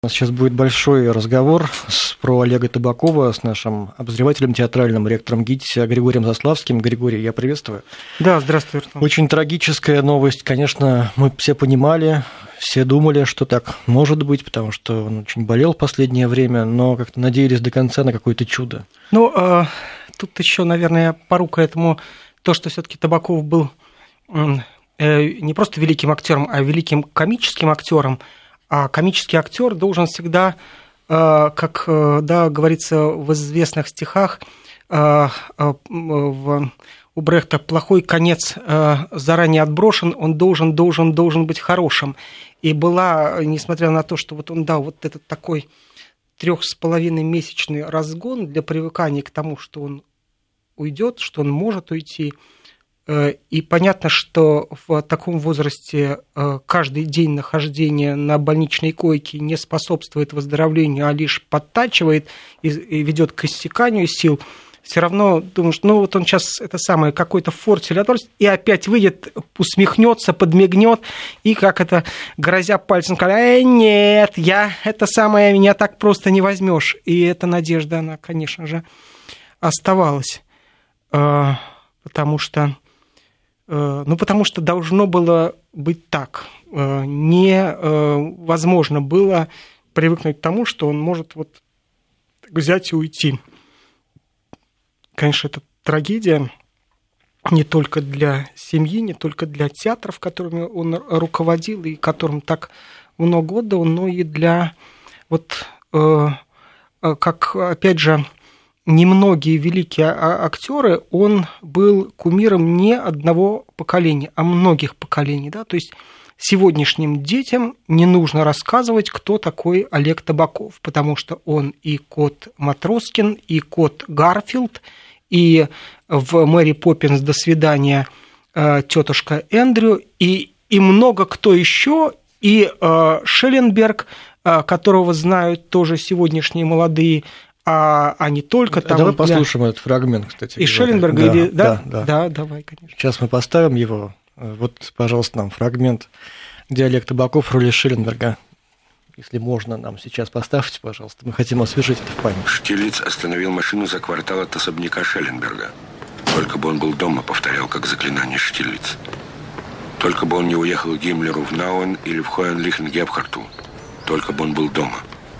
У нас сейчас будет большой разговор про Олега Табакова с нашим обозревателем театральным, ректором ГИТИСа Григорием Заславским. Григорий, я приветствую. Да, здравствуй, Артем. Очень трагическая новость. Конечно, мы все понимали, все думали, что так может быть, потому что он очень болел в последнее время, но как-то надеялись до конца на какое-то чудо. Ну, тут еще, наверное, порука этому то, что все-таки Табаков был не просто великим актером, а великим комическим актером. А комический актер должен всегда, как говорится в известных стихах, у Брехта плохой конец заранее отброшен, он должен быть хорошим. И была, несмотря на то, что вот он дал вот этот такой 3,5-месячный разгон для привыкания к тому, что он уйдет, что он может уйти. И понятно, что в таком возрасте каждый день нахождения на больничной койке не способствует выздоровлению, а лишь подтачивает и ведет к иссяканию сил. Все равно думаешь, вот он сейчас какой-то фортель отвалится, и опять выйдет, усмехнется, подмигнет, и как это, грозя пальцем, сказать: нет, меня так просто не возьмешь. И эта надежда, она, конечно же, оставалась, потому что должно было быть так. Невозможно было привыкнуть к тому, что он может вот взять и уйти. Конечно, это трагедия не только для семьи, не только для театров, которыми он руководил и которым так много отдал, но и для, как, опять же, немногие великие актеры, он был кумиром не одного поколения, а многих поколений. Да? То есть сегодняшним детям не нужно рассказывать, кто такой Олег Табаков, потому что он и кот Матроскин, и кот Гарфилд, и в «Мэри Поппинс. До свидания, тетушка Эндрю», и много кто еще, и Шелленберг, которого знают тоже сегодняшние молодые, а не только там. Давай послушаем этот фрагмент, кстати. И Шелленберга, да, давай, конечно. Сейчас мы поставим его. Вот, пожалуйста, нам фрагмент, где Олег Табаков в роли Шелленберга. Если можно, нам сейчас поставьте, пожалуйста. Мы хотим освежить это в память. Штирлиц остановил машину за квартал от особняка Шелленберга. Только бы он был дома, повторял как заклинание Штирлиц. Только бы он не уехал к Гиммлеру в Науэн или в Хоенлихен-Гебхарту. Только бы он был дома.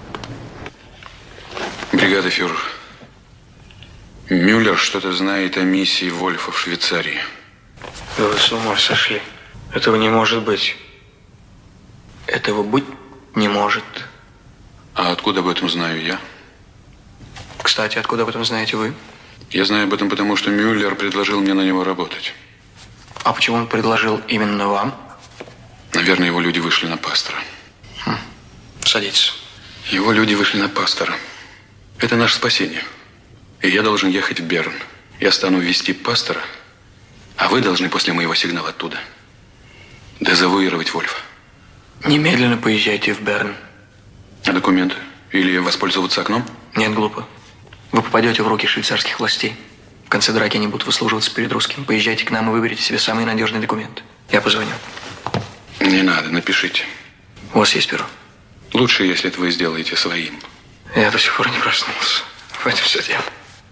Бригадефюрер, Мюллер что-то знает о миссии Вольфа в Швейцарии. Да вы с ума сошли. Этого не может быть. Этого быть не может. А откуда об этом знаю я? Кстати, откуда об этом знаете вы? Я знаю об этом, потому что Мюллер предложил мне на него работать. А почему он предложил именно вам? Наверное, его люди вышли на пастора. Садитесь. Его люди вышли на пастора. Это наше спасение. И я должен ехать в Берн. Я стану вести пастора, а вы должны после моего сигнала оттуда дезавуировать Вольфа. Немедленно поезжайте в Берн. А документы? Или воспользоваться окном? Нет, глупо. Вы попадете в руки швейцарских властей. В конце драки они будут выслуживаться перед русским. Поезжайте к нам и выберите себе самые надежные документы. Я позвоню. Не надо, напишите. У вас есть перо? Лучше, если это вы сделаете своим. Я до сих пор не проснулся. В этом все дело.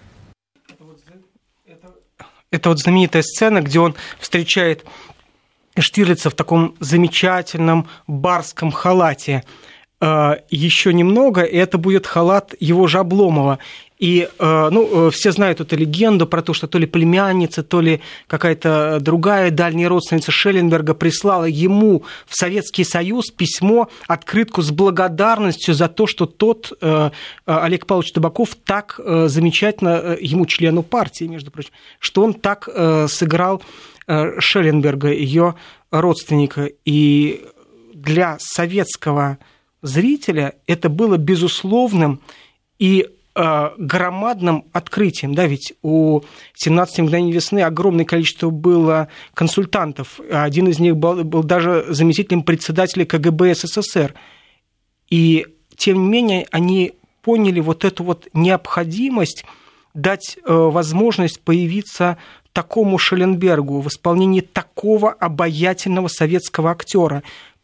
Это вот знаменитая сцена, где он встречает Штирлица в таком замечательном барском халате. Еще немного, и это будет халат его же Обломова. И все знают эту легенду про то, что то ли племянница, то ли какая-то другая дальняя родственница Шелленберга прислала ему в Советский Союз письмо, открытку с благодарностью за то, что тот, Олег Павлович Табаков, так замечательно, ему члену партии, между прочим, что он так сыграл Шелленберга, ее родственника. И для советского зрителя это было безусловным и громадным открытием, да, ведь у «17 мгновений весны» огромное количество было консультантов, один из них был даже заместителем председателя КГБ СССР, и тем не менее они поняли вот эту вот необходимость дать возможность появиться такому Шелленбергу в исполнении такого обаятельного советского актера.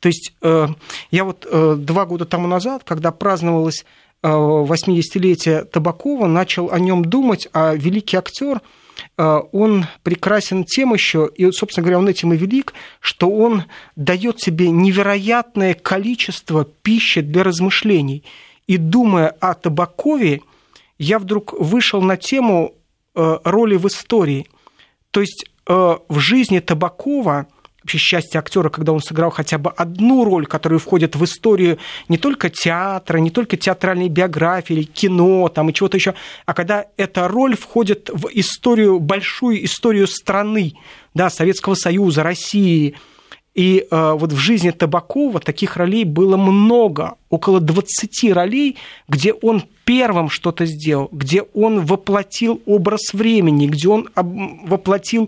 То есть я вот 2 года тому назад, когда праздновалось 80-летие Табакова, начал о нем думать, а великий актер, он прекрасен тем еще, и, собственно говоря, он этим и велик, что он дает себе невероятное количество пищи для размышлений. И думая о Табакове, я вдруг вышел на тему роли в истории. То есть в жизни Табакова, вообще счастье актера, когда он сыграл хотя бы одну роль, которая входит в историю не только театра, не только театральной биографии или кино там, и чего-то еще, а когда эта роль входит в историю, большую историю страны, да, Советского Союза, России. И вот в жизни Табакова таких ролей было много, около 20 ролей, где он первым что-то сделал, где он воплотил образ времени, где он воплотил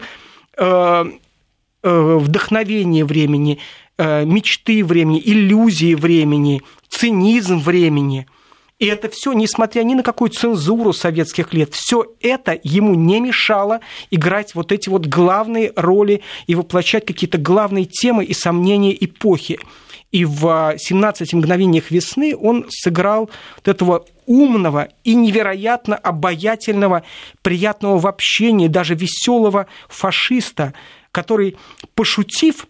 вдохновение времени, мечты времени, иллюзии времени, цинизм времени. И это все, несмотря ни на какую цензуру советских лет, все это ему не мешало играть вот эти вот главные роли и воплощать какие-то главные темы и сомнения эпохи. И в «17 мгновениях весны» он сыграл вот этого умного и невероятно обаятельного, приятного в общении, даже веселого фашиста, который, пошутив,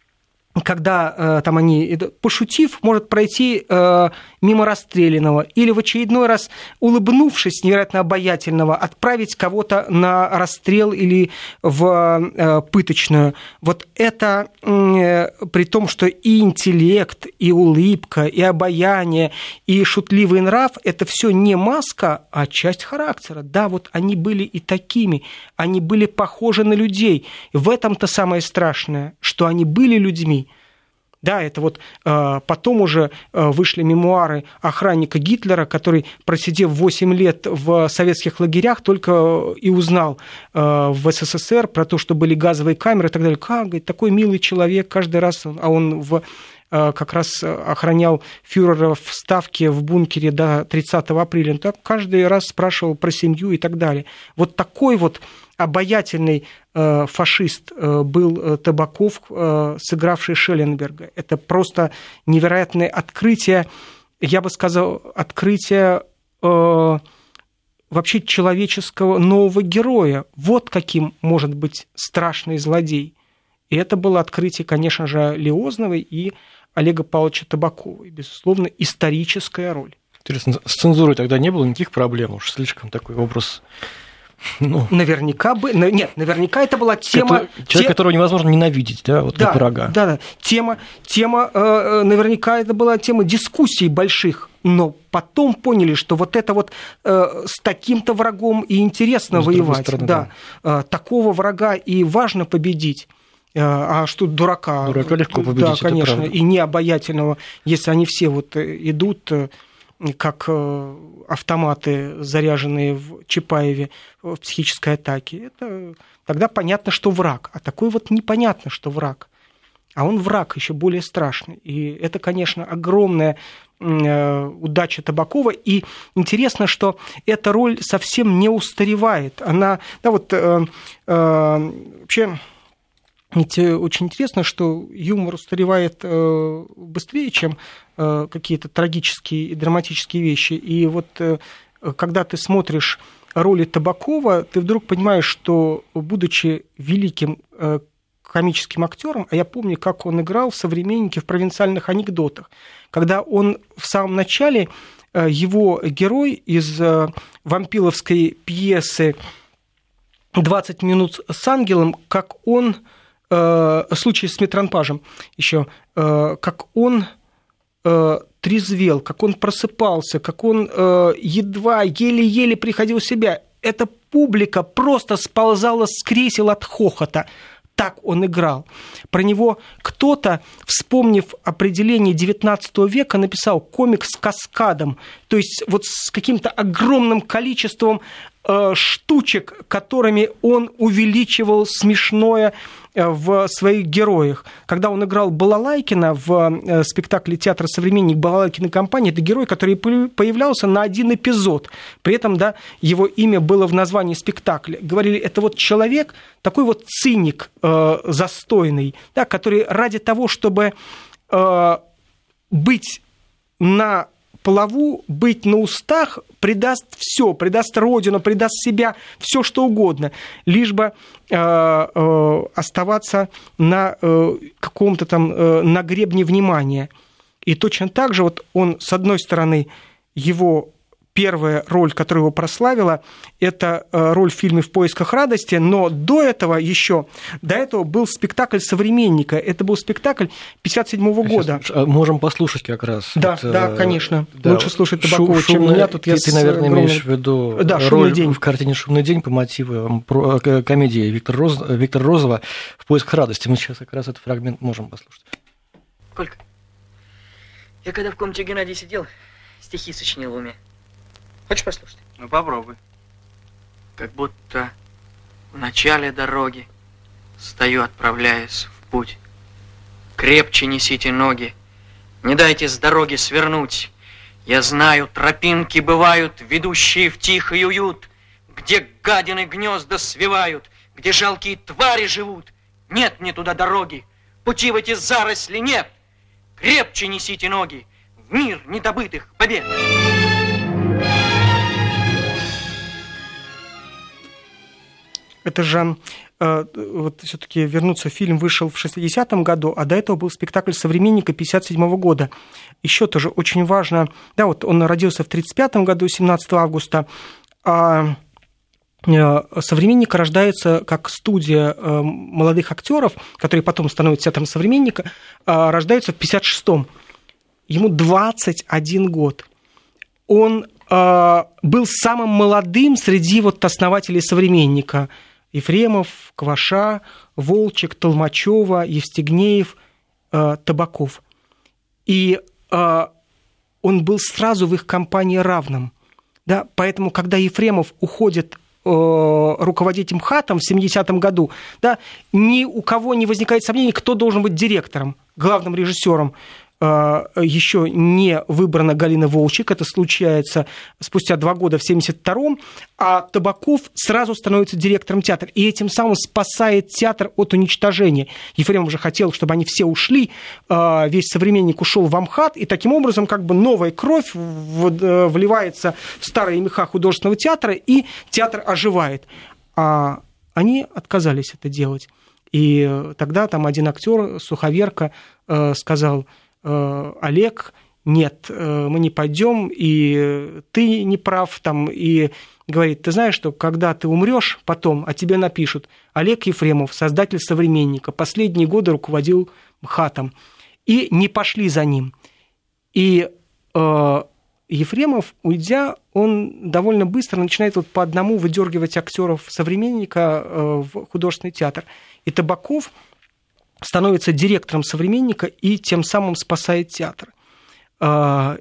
когда там они, пошутив, может пройти мимо расстрелянного или в очередной раз, улыбнувшись невероятно обаятельного, отправить кого-то на расстрел или в пыточную. Вот это при том, что и интеллект, и улыбка, и обаяние, и шутливый нрав – это все не маска, а часть характера. Да, вот они были и такими, они были похожи на людей. В этом-то самое страшное, что они были людьми. Да, это вот потом уже вышли мемуары охранника Гитлера, который, просидев 8 лет в советских лагерях, только и узнал в СССР про то, что были газовые камеры и так далее. Как, говорит, такой милый человек каждый раз, а он как раз охранял фюрера в Ставке в бункере до 30 апреля. Он так каждый раз спрашивал про семью и так далее. Вот такой вот обаятельный фашист был Табаков, сыгравший Шелленберга. Это просто невероятное открытие, я бы сказал, открытие вообще человеческого нового героя. Вот каким может быть страшный злодей. И это было открытие, конечно же, Лиозновой и Олега Павловича Табакова. И, безусловно, историческая роль. Интересно, с цензурой тогда не было никаких проблем? Уж слишком такой образ... Наверняка бы... Нет, наверняка это была тема... Человек, которого невозможно ненавидеть, да, вот да, как врага. Да. Тема, наверняка это была тема дискуссий больших, но потом поняли, что вот это вот с таким-то врагом и интересно воевать. Стороны, да. Такого врага и важно победить. А что дурака? Дурака легко победить, да, конечно, и необаятельного, если они все вот идут... как автоматы, заряженные в Чапаеве в психической атаке, это тогда понятно, что враг. А такой вот непонятно, что враг. А он враг еще более страшный. И это, конечно, огромная удача Табакова. И интересно, что эта роль совсем не устаревает. Она, да, вот вообще... Ведь очень интересно, что юмор устаревает быстрее, чем какие-то трагические и драматические вещи. И вот когда ты смотришь роли Табакова, ты вдруг понимаешь, что, будучи великим комическим актером, а я помню, как он играл в «Современнике» в «Провинциальных анекдотах», когда он в самом начале, его герой из вампиловской пьесы «20 минут с ангелом», как он... случай с Метранпажем еще, как он трезвел, как он просыпался, как он едва, еле-еле приходил в себя. Эта публика просто сползала с кресел от хохота. Так он играл. Про него кто-то, вспомнив определение XIX века, написал комик с каскадом, то есть вот с каким-то огромным количеством штучек, которыми он увеличивал смешное в своих героях. Когда он играл Балалайкина в спектакле театра «Современник» Балалайкина компания, это герой, который появлялся на один эпизод. При этом, да, его имя было в названии спектакля. Говорили, это вот человек, такой вот циник застойный, да, который ради того, чтобы быть на плаву, быть на устах предаст все, предаст родину, предаст себя, все что угодно, лишь бы оставаться на каком-то там на гребне внимания. И точно так же вот он, с одной стороны, его первая роль, которая его прославила, это роль в фильме «В поисках радости», но до этого был спектакль «Современника». Это был спектакль 1957 года. Можем послушать как раз. Да, вот, да, конечно. Да. Лучше слушать Табакова, чем меня. Тут ты, наверное, имеешь в виду роль в картине «Шумный день» по мотивам комедии Виктора Розова «В поисках радости». Мы сейчас как раз этот фрагмент можем послушать. Колька, я когда в комнате Геннадия сидел, стихи сочинил в уме. Хочешь послушать? Ну, попробуй. Как будто в начале дороги стою, отправляясь в путь. Крепче несите ноги, не дайте с дороги свернуть. Я знаю, тропинки бывают, ведущие в тихий уют, где гадины гнезда свивают, где жалкие твари живут. Нет мне туда дороги, пути в эти заросли нет. Крепче несите ноги в мир недобытых побед. Это же, вот все-таки вернуться, фильм вышел в 60-м году, а до этого был спектакль «Современника» 57-го года. Еще тоже очень важно, да, вот он родился в 35-м году, 17 августа, а «Современник» рождается как студия молодых актеров, которые потом становятся театром «Современника», рождаются в 56-м. Ему 21 год. Он был самым молодым среди вот основателей «Современника». Ефремов, Кваша, Волчек, Толмачева, Евстигнеев, Табаков. И он был сразу в их компании равным. Да? Поэтому, когда Ефремов уходит руководить МХАТом в 70-м году, да, ни у кого не возникает сомнений, кто должен быть директором, главным режиссером. Еще не выбрана Галина Волчек, это случается спустя 2 года в 1972-м, а Табаков сразу становится директором театра, и этим самым спасает театр от уничтожения. Ефремов же хотел, чтобы они все ушли, весь «Современник» ушел в Амхат, и таким образом как бы новая кровь вливается в старые меха художественного театра, и театр оживает. А они отказались это делать. И тогда там один актер, Суховерка, сказал: Олег, нет, мы не пойдем, и ты не прав, там, и говорит: ты знаешь, что когда ты умрешь потом, о тебе напишут: Олег Ефремов, создатель «Современника», последние годы руководил МХАТом, и не пошли за ним. И Ефремов, уйдя, он довольно быстро начинает вот по одному выдергивать актеров «Современника» в художественный театр. И Табаков становится директором «Современника» и тем самым спасает театр. А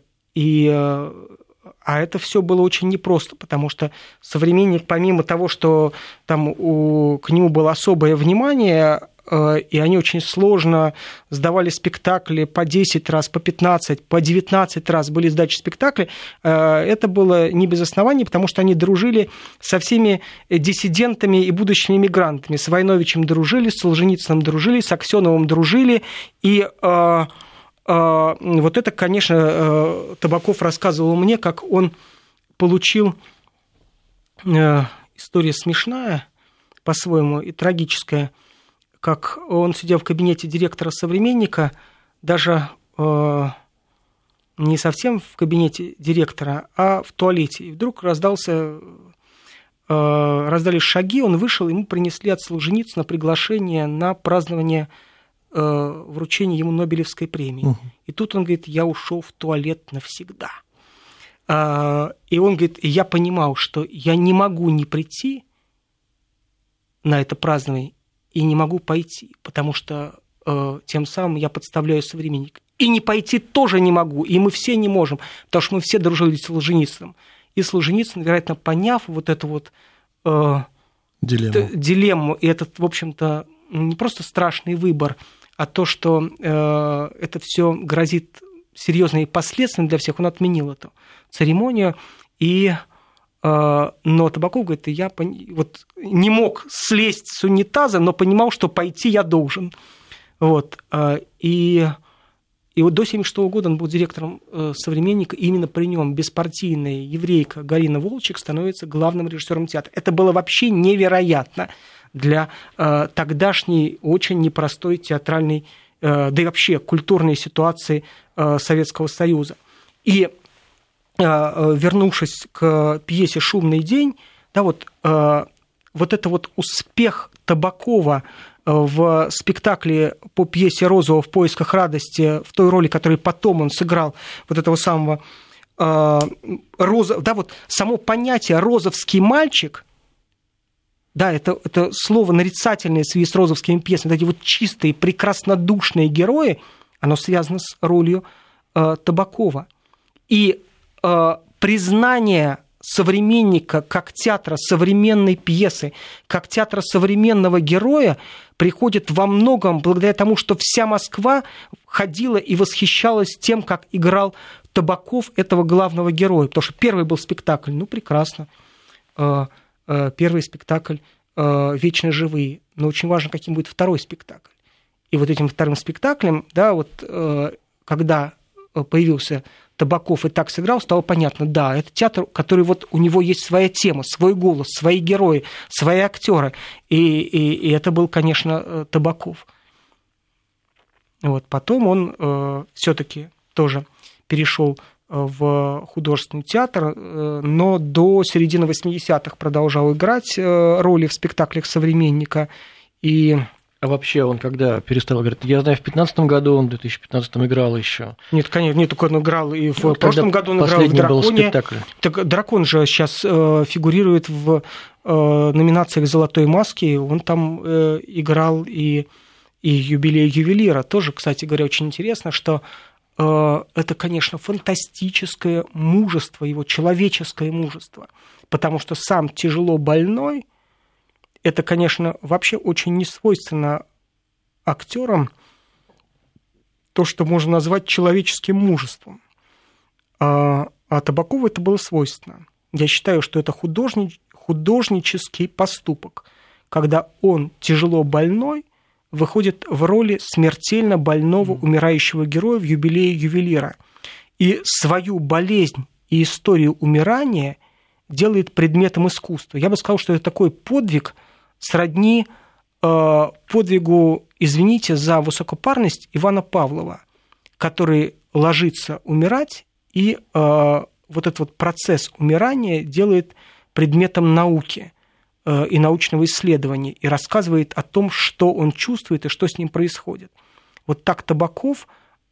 это все было очень непросто, потому что «Современник», помимо того, что там к нему было особое внимание, и они очень сложно сдавали спектакли по 10 раз, по 15, по 19 раз были сдачи спектаклей, это было не без оснований, потому что они дружили со всеми диссидентами и будущими мигрантами. С Войновичем дружили, с Солженицыным дружили, с Аксёновым дружили, и вот это, конечно, Табаков рассказывал мне, как он получил, история смешная по-своему и трагическая, как он сидел в кабинете директора «Современника», даже не совсем в кабинете директора, а в туалете. И вдруг раздались шаги, он вышел, ему принесли от Солженицына приглашение на празднование вручения ему Нобелевской премии. Угу. И тут он говорит: я ушел в туалет навсегда. И он говорит: я понимал, что я не могу не прийти на это празднование, и не могу пойти, потому что тем самым я подставляю «Современник». И не пойти тоже не могу, и мы все не можем, потому что мы все дружили с Солженицыным. И Солженицын, вероятно, поняв вот эту вот дилемму, и этот, в общем-то, не просто страшный выбор, а то, что это все грозит серьезными последствиями для всех, он отменил эту церемонию. Но Табаков говорит: я вот не мог слезть с унитаза, но понимал, что пойти я должен. Вот. И И вот до 1976 года он был директором «Современника», и именно при нем беспартийная еврейка Галина Волчек становится главным режиссером театра. Это было вообще невероятно для тогдашней очень непростой театральной, да и вообще культурной ситуации Советского Союза. И вернувшись к пьесе «Шумный день», да, вот это вот успех Табакова в спектакле по пьесе Розова «В поисках радости», в той роли, которую потом он сыграл, вот этого самого да, вот само понятие «розовский мальчик», да, это слово нарицательное в связи с розовскими пьесами, вот эти вот чистые, прекраснодушные герои, оно связано с ролью Табакова. И признание «Современника» как театра современной пьесы, как театра современного героя приходит во многом благодаря тому, что вся Москва ходила и восхищалась тем, как играл Табаков этого главного героя. Потому что первый был спектакль, ну, прекрасно. Первый спектакль «Вечно живые». Но очень важно, каким будет второй спектакль. И вот этим вторым спектаклем, да, вот когда появился Табаков и так сыграл, стало понятно, да, это театр, который вот у него есть своя тема, свой голос, свои герои, свои актеры. И это был, конечно, Табаков. Вот. Потом он все-таки тоже перешел в художественный театр, но до середины 80-х продолжал играть роли в спектаклях «Современника». А вообще он когда перестал играть? Я знаю, в 2015 году он в 2015 играл еще. Нет, конечно, нет, только он играл и в прошлом году он играл в «Драконе». Так «Дракон» же сейчас фигурирует в номинациях «Золотой маски». Он там играл и «Юбилей ювелира». Тоже, кстати говоря, очень интересно, что это, конечно, фантастическое мужество, его человеческое мужество, потому что сам тяжело больной. Это, конечно, вообще очень несвойственно актерам, то, что можно назвать человеческим мужеством. А Табакову это было свойственно. Я считаю, что это художнический поступок, когда он, тяжело больной, выходит в роли смертельно больного, умирающего героя в «Юбилее ювелира». И свою болезнь и историю умирания делает предметом искусства. Я бы сказал, что это такой подвиг, сродни подвигу, извините за высокопарность, Ивана Павлова, который ложится умирать, и вот этот вот процесс умирания делает предметом науки и научного исследования, и рассказывает о том, что он чувствует и что с ним происходит. Вот так Табаков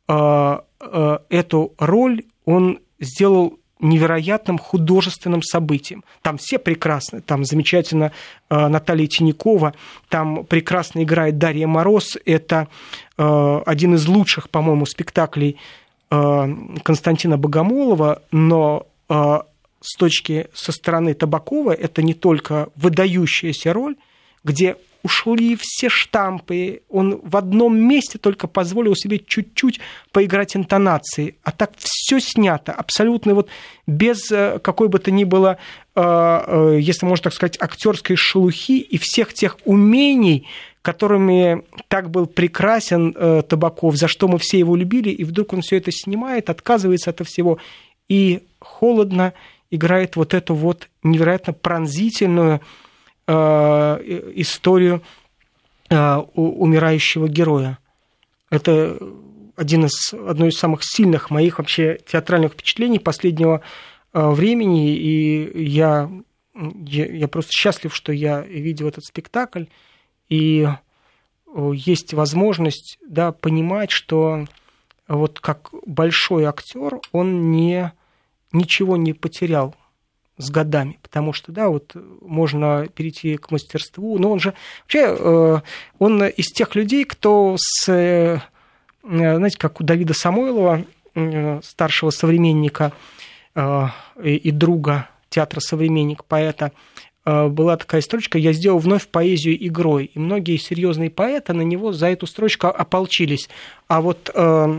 эту роль он сделал невероятным художественным событием. Там все прекрасны, там замечательно Наталья Тинякова, там прекрасно играет Дарья Мороз, это один из лучших, по-моему, спектаклей Константина Богомолова, но со стороны Табакова это не только выдающаяся роль, где ушли все штампы, он в одном месте только позволил себе чуть-чуть поиграть интонацией, а так все снято, абсолютно вот без какой бы то ни было, если можно так сказать, актерской шелухи и всех тех умений, которыми так был прекрасен Табаков, за что мы все его любили, и вдруг он все это снимает, отказывается от всего и холодно играет вот эту вот невероятно пронзительную историю умирающего героя. Это одно из самых сильных моих вообще театральных впечатлений последнего времени, и я просто счастлив, что я видел этот спектакль, и есть возможность, да, понимать, что вот как большой актер он ничего не потерял с годами, потому что, да, вот можно перейти к мастерству, но он же вообще, он из тех людей, кто знаете, как у Давида Самойлова, старшего современника и друга театра «Современник», поэта, была такая строчка: «Я сделал вновь поэзию игрой», и многие серьезные поэты на него за эту строчку ополчились. А вот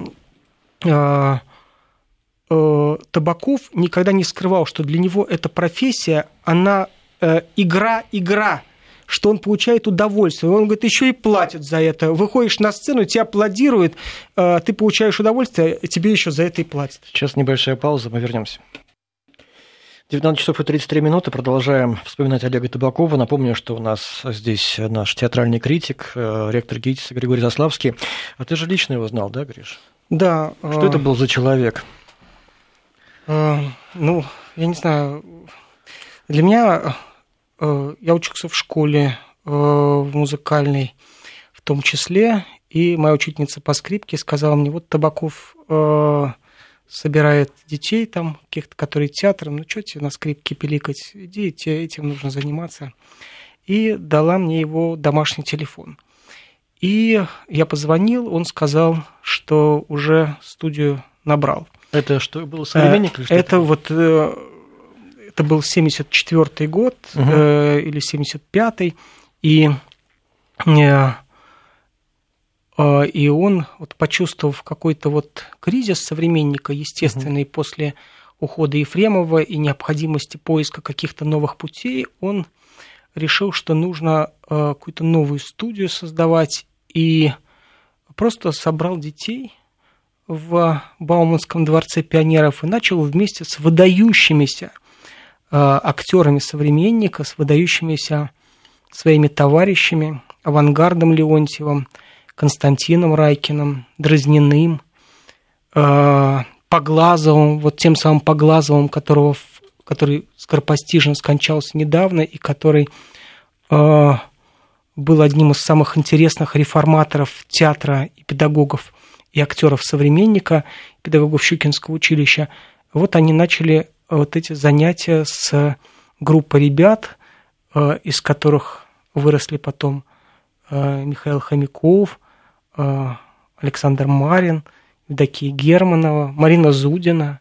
Табаков никогда не скрывал, что для него эта профессия, она игра, что он получает удовольствие. Он говорит, еще и платят за это. Выходишь на сцену, тебя аплодируют, ты получаешь удовольствие, тебе еще за это и платят. Сейчас небольшая пауза, мы вернемся. 19 часов и 33 минуты. Продолжаем вспоминать Олега Табакова. Напомню, что у нас здесь наш театральный критик, ректор ГИТИСа Григорий Заславский. А ты же лично его знал, да, Гриш? Да. Что это был за человек? Ну, я не знаю. Для меня, я учился в школе в музыкальной в том числе, и моя учительница по скрипке сказала мне, вот Табаков собирает детей, там, каких-то, которые театром, ну, что тебе на скрипке пиликать, иди, тебе этим нужно заниматься. И дала мне его домашний телефон. И я позвонил, он сказал, что уже студию набрал. Это что, был современник или что? Это вот, это был 74-й год или 75-й, и он, вот, почувствовав какой-то вот кризис современника, естественный, после ухода Ефремова и необходимости поиска каких-то новых путей, он решил, что нужно какую-то новую студию создавать, и просто собрал детей в Бауманском дворце пионеров и начал вместе с выдающимися актерами современника, с выдающимися своими товарищами, Авангардом Леонтьевым, Константином Райкиным, Дразниным, Поглазовым, вот тем самым Поглазовым, который скоропостижно скончался недавно и который был одним из самых интересных реформаторов театра и педагогов и актеров современника, педагогов Щукинского училища. Вот они начали вот эти занятия с группой ребят, из которых выросли потом Михаил Хомяков, Александр Марин, Евдокия Германова, Марина Зудина,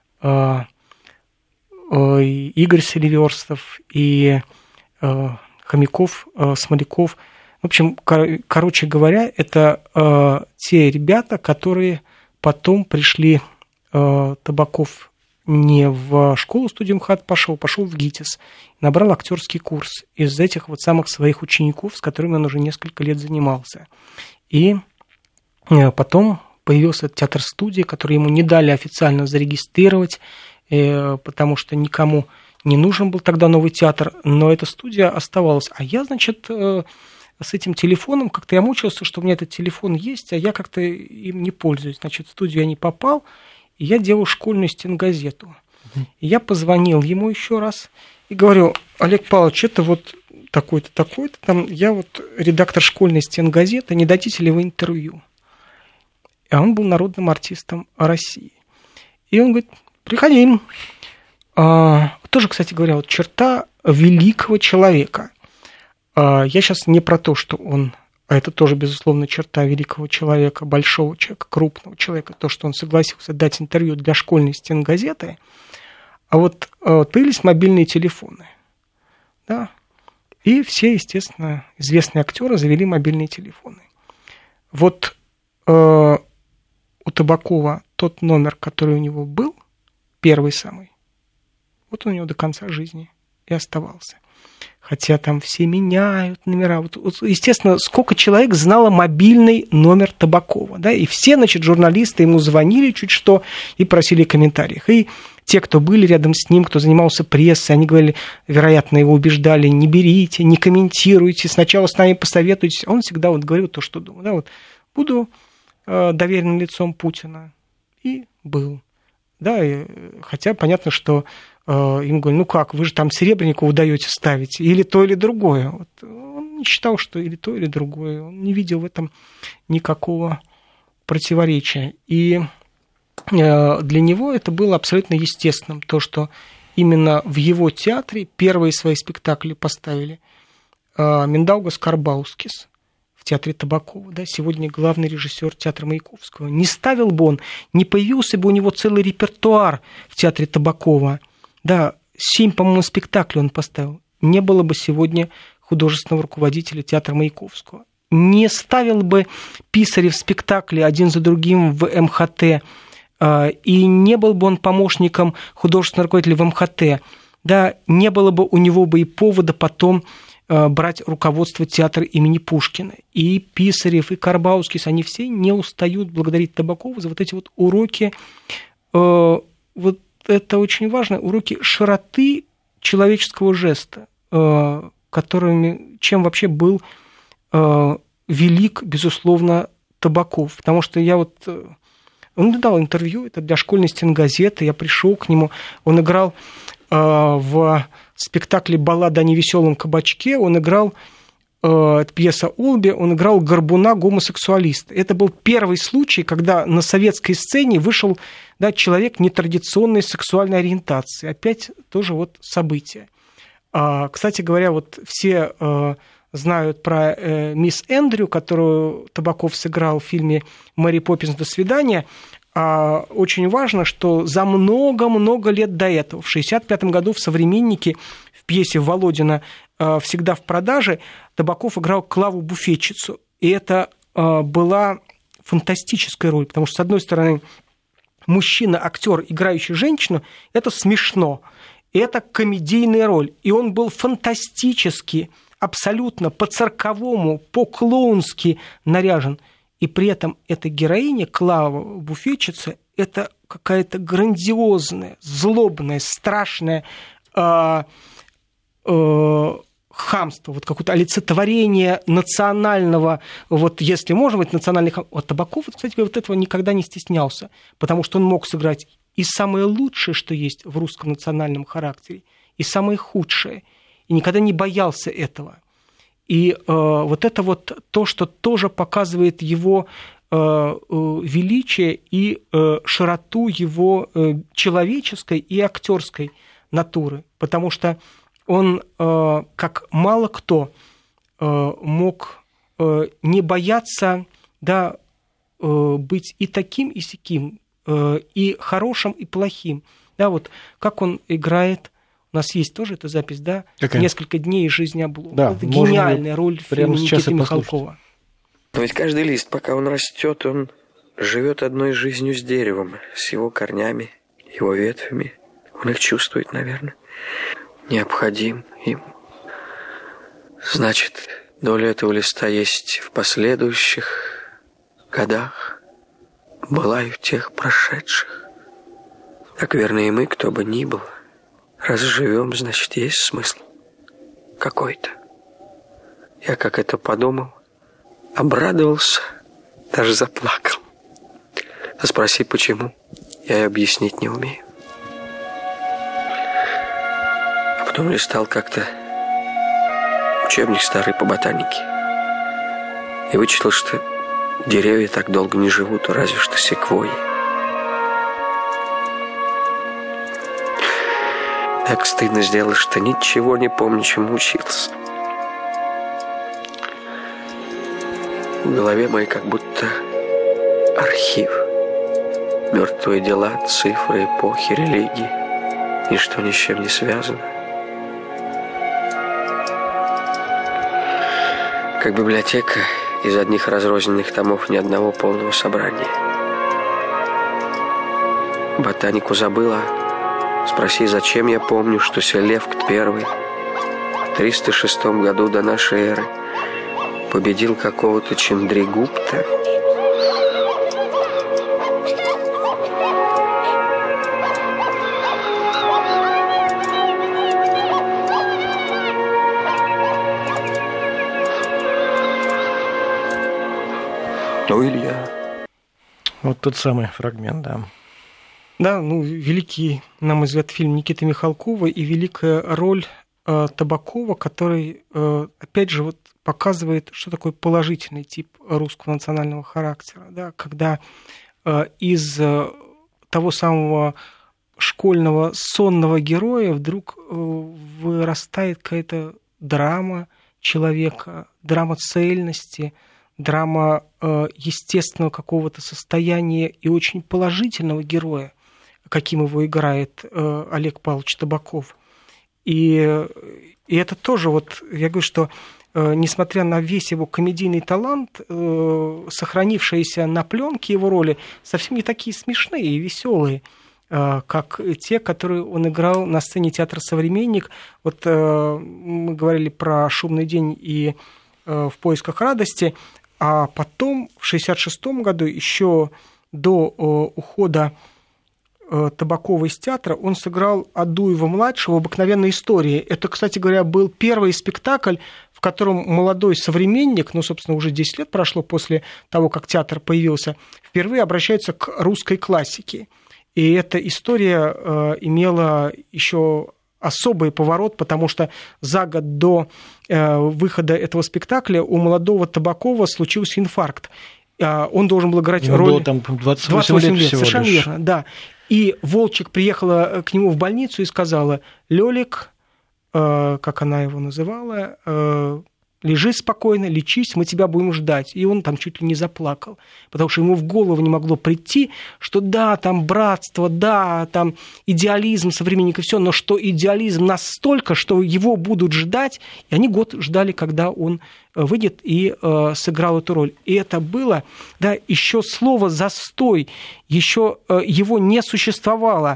Игорь Селиверстов и Хомяков, Смоляков. В общем, короче говоря, это те ребята, которые потом пришли, Табаков не в школу-студию МХАТ пошел в ГИТИС, набрал актерский курс из этих вот самых своих учеников, с которыми он уже несколько лет занимался. И потом появился театр-студия, который ему не дали официально зарегистрировать, потому что никому не нужен был тогда новый театр, но эта студия оставалась. А я, значит, с этим телефоном, как-то я мучился, что у меня этот телефон есть, а я как-то им не пользуюсь. Значит, в студию я не попал, и я делал школьную стенгазету. И я позвонил ему еще раз и говорю, Олег Павлович, это вот такой-то, такой-то, там, я вот редактор школьной стенгазеты, не дадите ли вы интервью? А он был народным артистом России. И он говорит, приходи. Тоже, кстати говоря, вот черта великого человека. Я сейчас не про то, что он, а это тоже, безусловно, черта великого человека, большого человека, крупного человека, то, что он согласился дать интервью для школьной стенгазеты, а вот появились мобильные телефоны, да, и все, естественно, известные актеры завели мобильные телефоны. Вот у Табакова тот номер, который у него был, первый самый, вот у него до конца жизни и оставался. Хотя там все меняют номера. Вот, естественно, сколько человек знало мобильный номер Табакова. Да? И все, значит, журналисты ему звонили чуть что и просили комментариев. И те, кто были рядом с ним, кто занимался прессой, они говорили, вероятно, его убеждали, не берите, не комментируйте, сначала с нами посоветуйтесь. Он всегда вот говорил то, что думал. Да? Вот, буду доверенным лицом Путина. И был. Да, и, хотя понятно, что им говорят, ну как, вы же там Серебренникову даете ставить, или то, или другое. Вот он не считал, что или то, или другое. Он не видел в этом никакого противоречия. И для него это было абсолютно естественным, то, что именно в его театре первые свои спектакли поставили Миндаугас Карбаускис в театре Табакова, да, сегодня главный режиссер театра Маяковского. Не ставил бы он, не появился бы у него целый репертуар в театре Табакова. Да, 7, по-моему, спектаклей он поставил. Не было бы сегодня художественного руководителя театра Маяковского. Не ставил бы Писарев спектакли один за другим в МХТ, и не был бы он помощником художественного руководителя в МХТ. Да, не было бы у него бы и повода потом брать руководство театра имени Пушкина. И Писарев, и Карбаускис, они все не устают благодарить Табакова за вот эти вот уроки. Вот это очень важно, уроки широты человеческого жеста, чем вообще был велик, безусловно, Табаков. Потому что он дал интервью, это для школьной стенгазеты, я пришел к нему, он играл в спектакле «Баллада о невеселом кабачке», он играл, это пьеса Олби, он играл горбуна гомосексуалиста. Это был первый случай, когда на советской сцене вышел человек нетрадиционной сексуальной ориентации. Опять тоже вот событие. Кстати говоря, вот все знают про мисс Эндрю, которую Табаков сыграл в фильме «Мэри Поппинс. До свидания». Очень важно, что за много-много лет до этого, в 1965 году в «Современнике» в пьесе Володина «Всегда в продаже» Табаков играл Клаву Буфетчицу. И это была фантастическая роль, потому что, с одной стороны, мужчина, актер, играющий женщину, это смешно, это комедийная роль. И он был фантастически, абсолютно по-цирковому, по-клоунски наряжен. И при этом эта героиня, Клава Буфетчица, это какая-то грандиозная, злобная, страшная хамство, вот какое-то олицетворение национального, вот если можно быть национальный хам. Вот Табаков, кстати, вот этого никогда не стеснялся, потому что он мог сыграть и самое лучшее, что есть в русском национальном характере, и самое худшее, и никогда не боялся этого. И вот это вот то, что тоже показывает его величие и широту его человеческой и актерской натуры, потому что он, как мало кто, мог не бояться быть и таким, и сяким, и хорошим, и плохим. Вот как он играет. У нас есть тоже эта запись, Какая? «Несколько дней из жизни Обломова». Да, это гениальная роль в фильме Никиты Михалкова. Но ведь каждый лист, пока он растет, он живет одной жизнью с деревом, с его корнями, его ветвями. Он их чувствует, наверное. Необходим им. Значит, доля этого листа есть в последующих годах, была и в тех прошедших. Так верно и мы, кто бы ни был. Раз живем, значит, есть смысл какой-то. Я как это подумал, обрадовался, даже заплакал. А спроси, почему, я и объяснить не умею. А потом листал как-то учебник старый по ботанике и вычитал, что деревья так долго не живут, разве что секвойи. Так стыдно сделал, что ничего не помню, чему учился. В голове моей как будто архив. Мертвые дела, цифры, эпохи, религии. Ничто ни с чем не связано. Как библиотека из одних разрозненных томов ни одного полного собрания. Ботанику забыла. Спроси, зачем я помню, что Селевкт I в 306 году до нашей эры победил какого-то Чандригупта. Ну, Илья. Вот тот самый фрагмент, да. Да, великий, на мой взгляд, фильм Никиты Михалкова и великая роль Табакова, который, опять же, показывает, что такое положительный тип русского национального характера, когда из того самого школьного сонного героя вдруг вырастает какая-то драма человека, драма цельности, драма естественного какого-то состояния и очень положительного героя, каким его играет Олег Павлович Табаков. И это тоже, я говорю, что несмотря на весь его комедийный талант, сохранившиеся на пленке его роли совсем не такие смешные и веселые. как те, которые он играл на сцене театра «Современник». Вот мы говорили про «Шумный день» и «В поисках радости», а потом в 1966 году, еще до ухода Табакова из театра, он сыграл Адуева-младшего в «Обыкновенной истории». Это, кстати говоря, был первый спектакль, в котором молодой современник, собственно, уже 10 лет прошло после того, как театр появился, впервые обращается к русской классике. И эта история имела еще особый поворот, потому что за год до выхода этого спектакля у молодого Табакова случился инфаркт. Он должен был играть роль... Было там 28 лет всего совершенно лишь. верно, да. И Волчек приехала к нему в больницу и сказала: «Лёлик», как она его называла, «лежи спокойно, лечись, мы тебя будем ждать». И он там чуть ли не заплакал, потому что ему в голову не могло прийти, что да, там братство, да, там идеализм современника, все, но что идеализм настолько, что его будут ждать, и они год ждали, когда он выйдет и сыграл эту роль. И это было, да, еще слово «застой», еще его не существовало,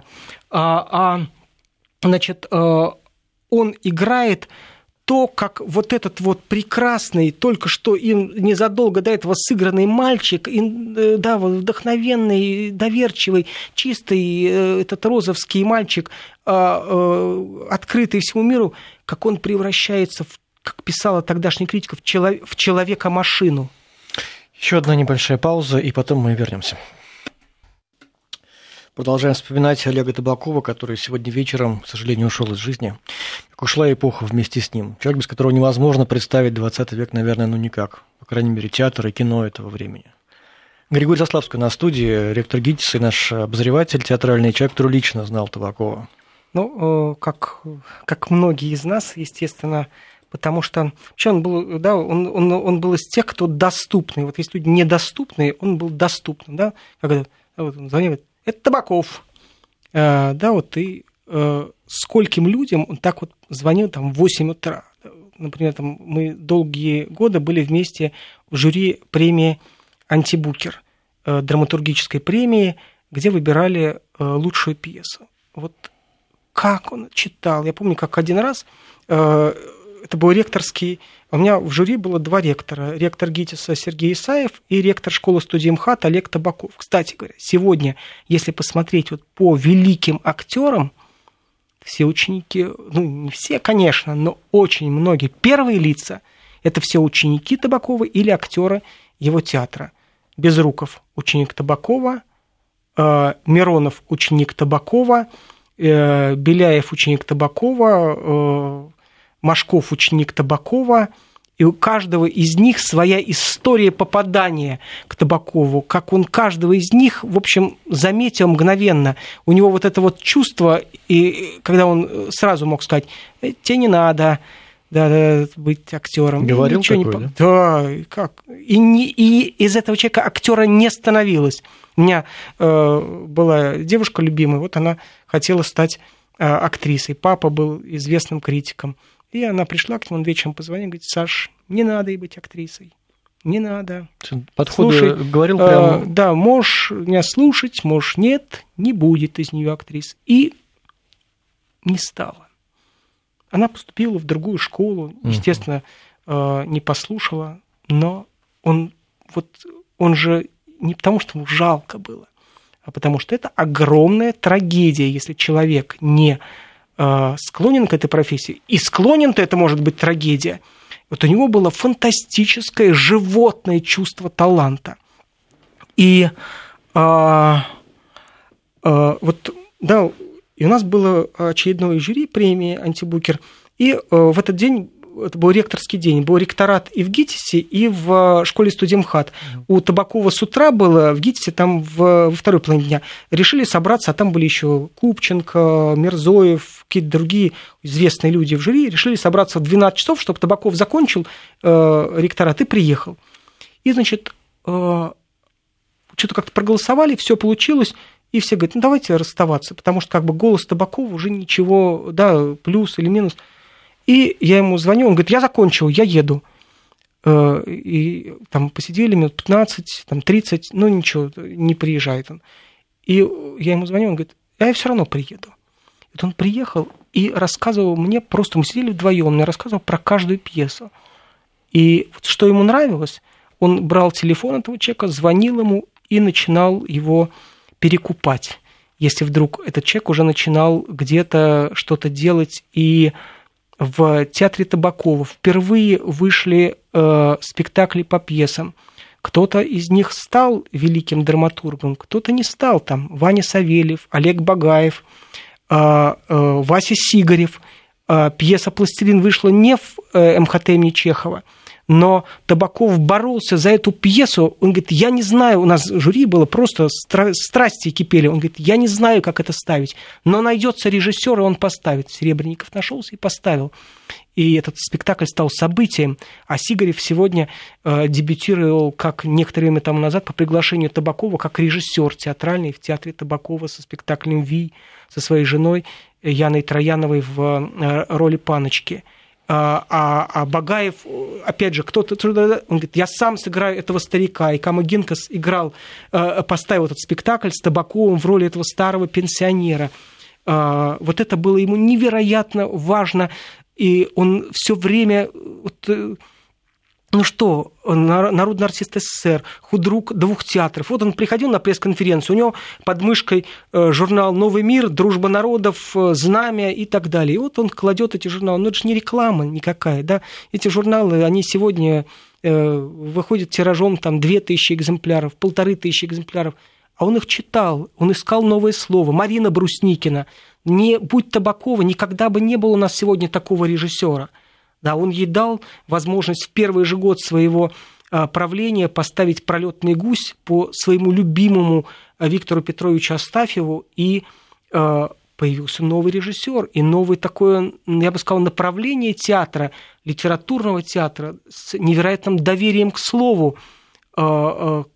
значит, он играет то, как вот этот вот прекрасный, только что им незадолго до этого сыгранный мальчик, да, вдохновенный, доверчивый, чистый этот розовский мальчик, открытый всему миру, как он превращается, как писала тогдашний критик, в человека-машину. Еще одна небольшая пауза, и потом мы вернемся. Продолжаем вспоминать Олега Табакова, который сегодня вечером, к сожалению, ушел из жизни. Как ушла эпоха вместе с ним. Человек, без которого невозможно представить 20 век, наверное, никак. По крайней мере, театр и кино этого времени. Григорий Заславский на студии, ректор ГИТИСа и наш обозреватель театральный, человек, который лично знал Табакова. Как многие из нас, естественно, потому что вообще он был, да, он был из тех, кто доступный. Вот если люди недоступные, он был доступным. Да? Когда он звонит, это Табаков. Да, вот и скольким людям он так вот звонил там в 8 утра. Например, там, мы долгие годы были вместе в жюри премии «Антибукер», драматургической премии, где выбирали лучшую пьесу. Вот как он читал. Я помню, как один раз, это был ректорский... У меня в жюри было два ректора. Ректор ГИТИСа Сергей Исаев и ректор школы-студии МХАТ Олег Табаков. Кстати говоря, сегодня, если посмотреть вот по великим актерам, все ученики, не все, конечно, но очень многие первые лица – это все ученики Табакова или актеры его театра. Безруков – ученик Табакова, Миронов – ученик Табакова, Беляев – ученик Табакова, Машков – ученик Табакова, и у каждого из них своя история попадания к Табакову, как он каждого из них, в общем, заметил мгновенно. У него вот это вот чувство, и когда он сразу мог сказать, тебе не надо быть актером. Говорил такое, да? Да, как? И из этого человека актера не становилось. У меня была девушка любимая, вот она хотела стать актрисой. Папа был известным критиком. И она пришла к нему, он вечером позвонил, говорит: Саш, не надо ей быть актрисой, не надо. Подходы говорил прямо... Да, можешь меня слушать, можешь нет, не будет из нее актрисы. И не стало. Она поступила в другую школу, естественно, не послушала, но он же не потому, что ему жалко было, а потому что это огромная трагедия, если человек не склонен к этой профессии, и склонен-то это может быть трагедия. Вот у него было фантастическое животное чувство таланта. И вот, да, и у нас было очередное жюри премии «Антибукер», и в этот день, это был ректорский день, был ректорат и в ГИТИСе, и в школе-студии МХАТ. У Табакова с утра было, в ГИТИСе там во второй половине дня. Решили собраться, а там были еще Купченко, Мирзоев, какие-то другие известные люди в жюри. Решили собраться в 12 часов, чтобы Табаков закончил ректорат и приехал. И, значит, что-то как-то проголосовали, все получилось, и все говорят, давайте расставаться, потому что как бы голос Табакова уже ничего, да, плюс или минус. И я ему звоню, он говорит, я закончил, я еду. И там посидели минут 15, там 30, ничего, не приезжает он. И я ему звоню, он говорит, а я все равно приеду. Он приехал и рассказывал мне, просто мы сидели вдвоем, он мне рассказывал про каждую пьесу. И вот что ему нравилось, он брал телефон этого человека, звонил ему и начинал его перекупать, если вдруг этот человек уже начинал где-то что-то делать. И в театре Табакова впервые вышли спектакли по пьесам. Кто-то из них стал великим драматургом, кто-то не стал. Там Ваня Савельев, Олег Багаев, Вася Сигарев. Пьеса «Пластилин» вышла не в МХТ имени Чехова, но Табаков боролся за эту пьесу. Он говорит, я не знаю, у нас жюри было просто страсти кипели. Он говорит, я не знаю, как это ставить, но найдется режиссер, и он поставит. Серебренников нашелся и поставил. И этот спектакль стал событием. А Сигарев сегодня дебютировал, как некоторое время тому назад, по приглашению Табакова, как режиссер театральный в театре Табакова со спектаклем «Вий», со своей женой Яной Трояновой в роли Паночки. А Багаев, опять же, кто-то, он говорит, я сам сыграю этого старика. И Кама Гинкас поставил этот спектакль с Табаковым в роли этого старого пенсионера. Вот это было ему невероятно важно. И он все время... народный артист СССР, худрук 2 театров. Вот он приходил на пресс-конференцию, у него под мышкой журнал «Новый мир», «Дружба народов», «Знамя» и так далее. И вот он кладет эти журналы. Но это же не реклама никакая, да? Эти журналы, они сегодня выходят тиражом там 2000 экземпляров, 1500 экземпляров. А он их читал, он искал новое слово. Марина Брусникина. Не будь Табакова, никогда бы не было у нас сегодня такого режиссера. Да, он ей дал возможность в первый же год своего правления поставить «Пролетный гусь» по своему любимому Виктору Петровичу Астафьеву, и появился новый режиссер, и новое такое, я бы сказал, направление театра, литературного театра с невероятным доверием к слову, что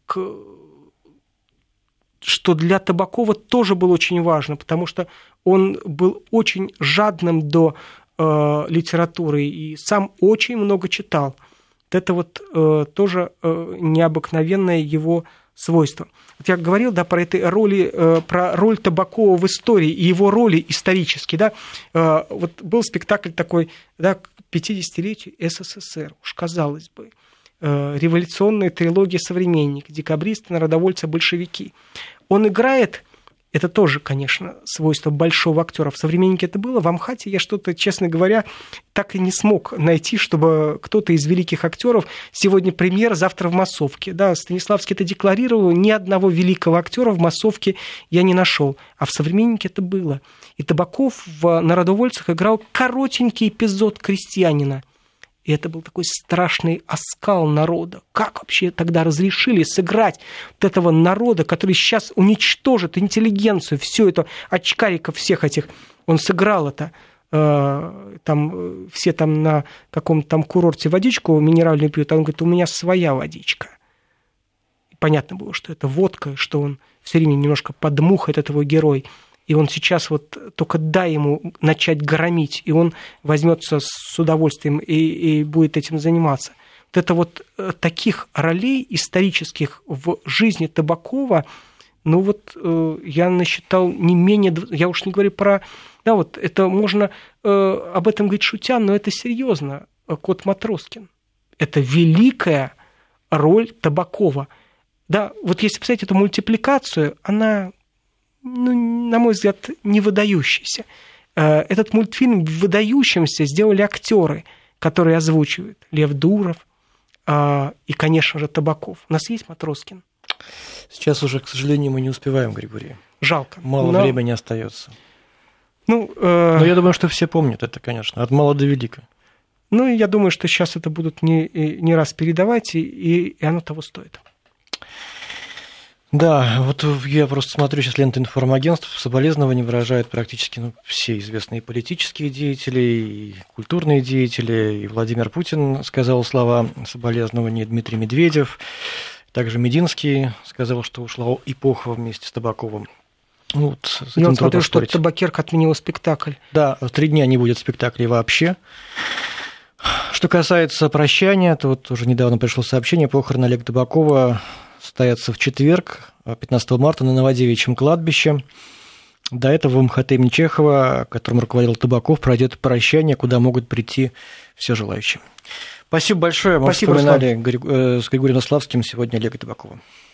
для Табакова тоже было очень важно, потому что он был очень жадным до литературы и сам очень много читал. Это вот тоже необыкновенное его свойство. Вот я говорил, да, про этой роли, про роль Табакова в истории и его роли исторические, да. Вот был спектакль такой, да, к 50-летию СССР, уж казалось бы, революционная трилогия «Современник», декабристы, народовольцы, большевики. Он играет. Это тоже, конечно, свойство большого актера. В «Современнике» это было. В «Амхате» я что-то, честно говоря, так и не смог найти, чтобы кто-то из великих актеров сегодня премьера, завтра в массовке. Да, Станиславский это декларировал. Ни одного великого актера в массовке я не нашел. А в «Современнике» это было. И Табаков в «Народовольцах» играл коротенький эпизод крестьянина. И это был такой страшный оскал народа. Как вообще тогда разрешили сыграть вот этого народа, который сейчас уничтожит интеллигенцию, все это, очкариков всех этих. Он сыграл это. Там, все там на каком-то там курорте водичку минеральную пьют, а он говорит, у меня своя водичка. И понятно было, что это водка, что он все время немножко подмухает, этот его герой. И он сейчас вот только дай ему начать громить, и он возьмется с удовольствием и будет этим заниматься. Вот это вот таких ролей исторических в жизни Табакова, ну вот я насчитал не менее, я уж не говорю про, да, вот это можно об этом говорить шутя, но это серьезно. Кот Матроскин. Это великая роль Табакова. Да, вот если посмотреть эту мультипликацию, она... ну, на мой взгляд, не выдающийся. Этот мультфильм выдающимся сделали актеры, которые озвучивают. Лев Дуров и, конечно же, Табаков. У нас есть Матроскин? Сейчас уже, к сожалению, мы не успеваем, Григорий. Жалко. Мало времени остается. Но я думаю, что все помнят это, конечно, от мала до велика. Ну, я думаю, что сейчас это будут не раз передавать, и оно того стоит. Да, вот я просто смотрю сейчас ленты информагентств, соболезнования выражают практически все известные политические деятели, и культурные деятели, и Владимир Путин сказал слова соболезнования, Дмитрий Медведев, также Мединский сказал, что ушла эпоха вместе с Табаковым. Вот, я вот смотрю, что Табакерка отменила спектакль. Да, 3 дня не будет спектаклей вообще. Что касается прощания, то вот уже недавно пришло сообщение, похороны Олега Табакова состоятся в четверг, 15 марта, на Новодевичьем кладбище. До этого в МХТ имени Чехова, которым руководил Табаков, пройдет прощание, куда могут прийти все желающие. Спасибо большое. Мы вспоминали с Григорием Заславским сегодня Олега Табакова.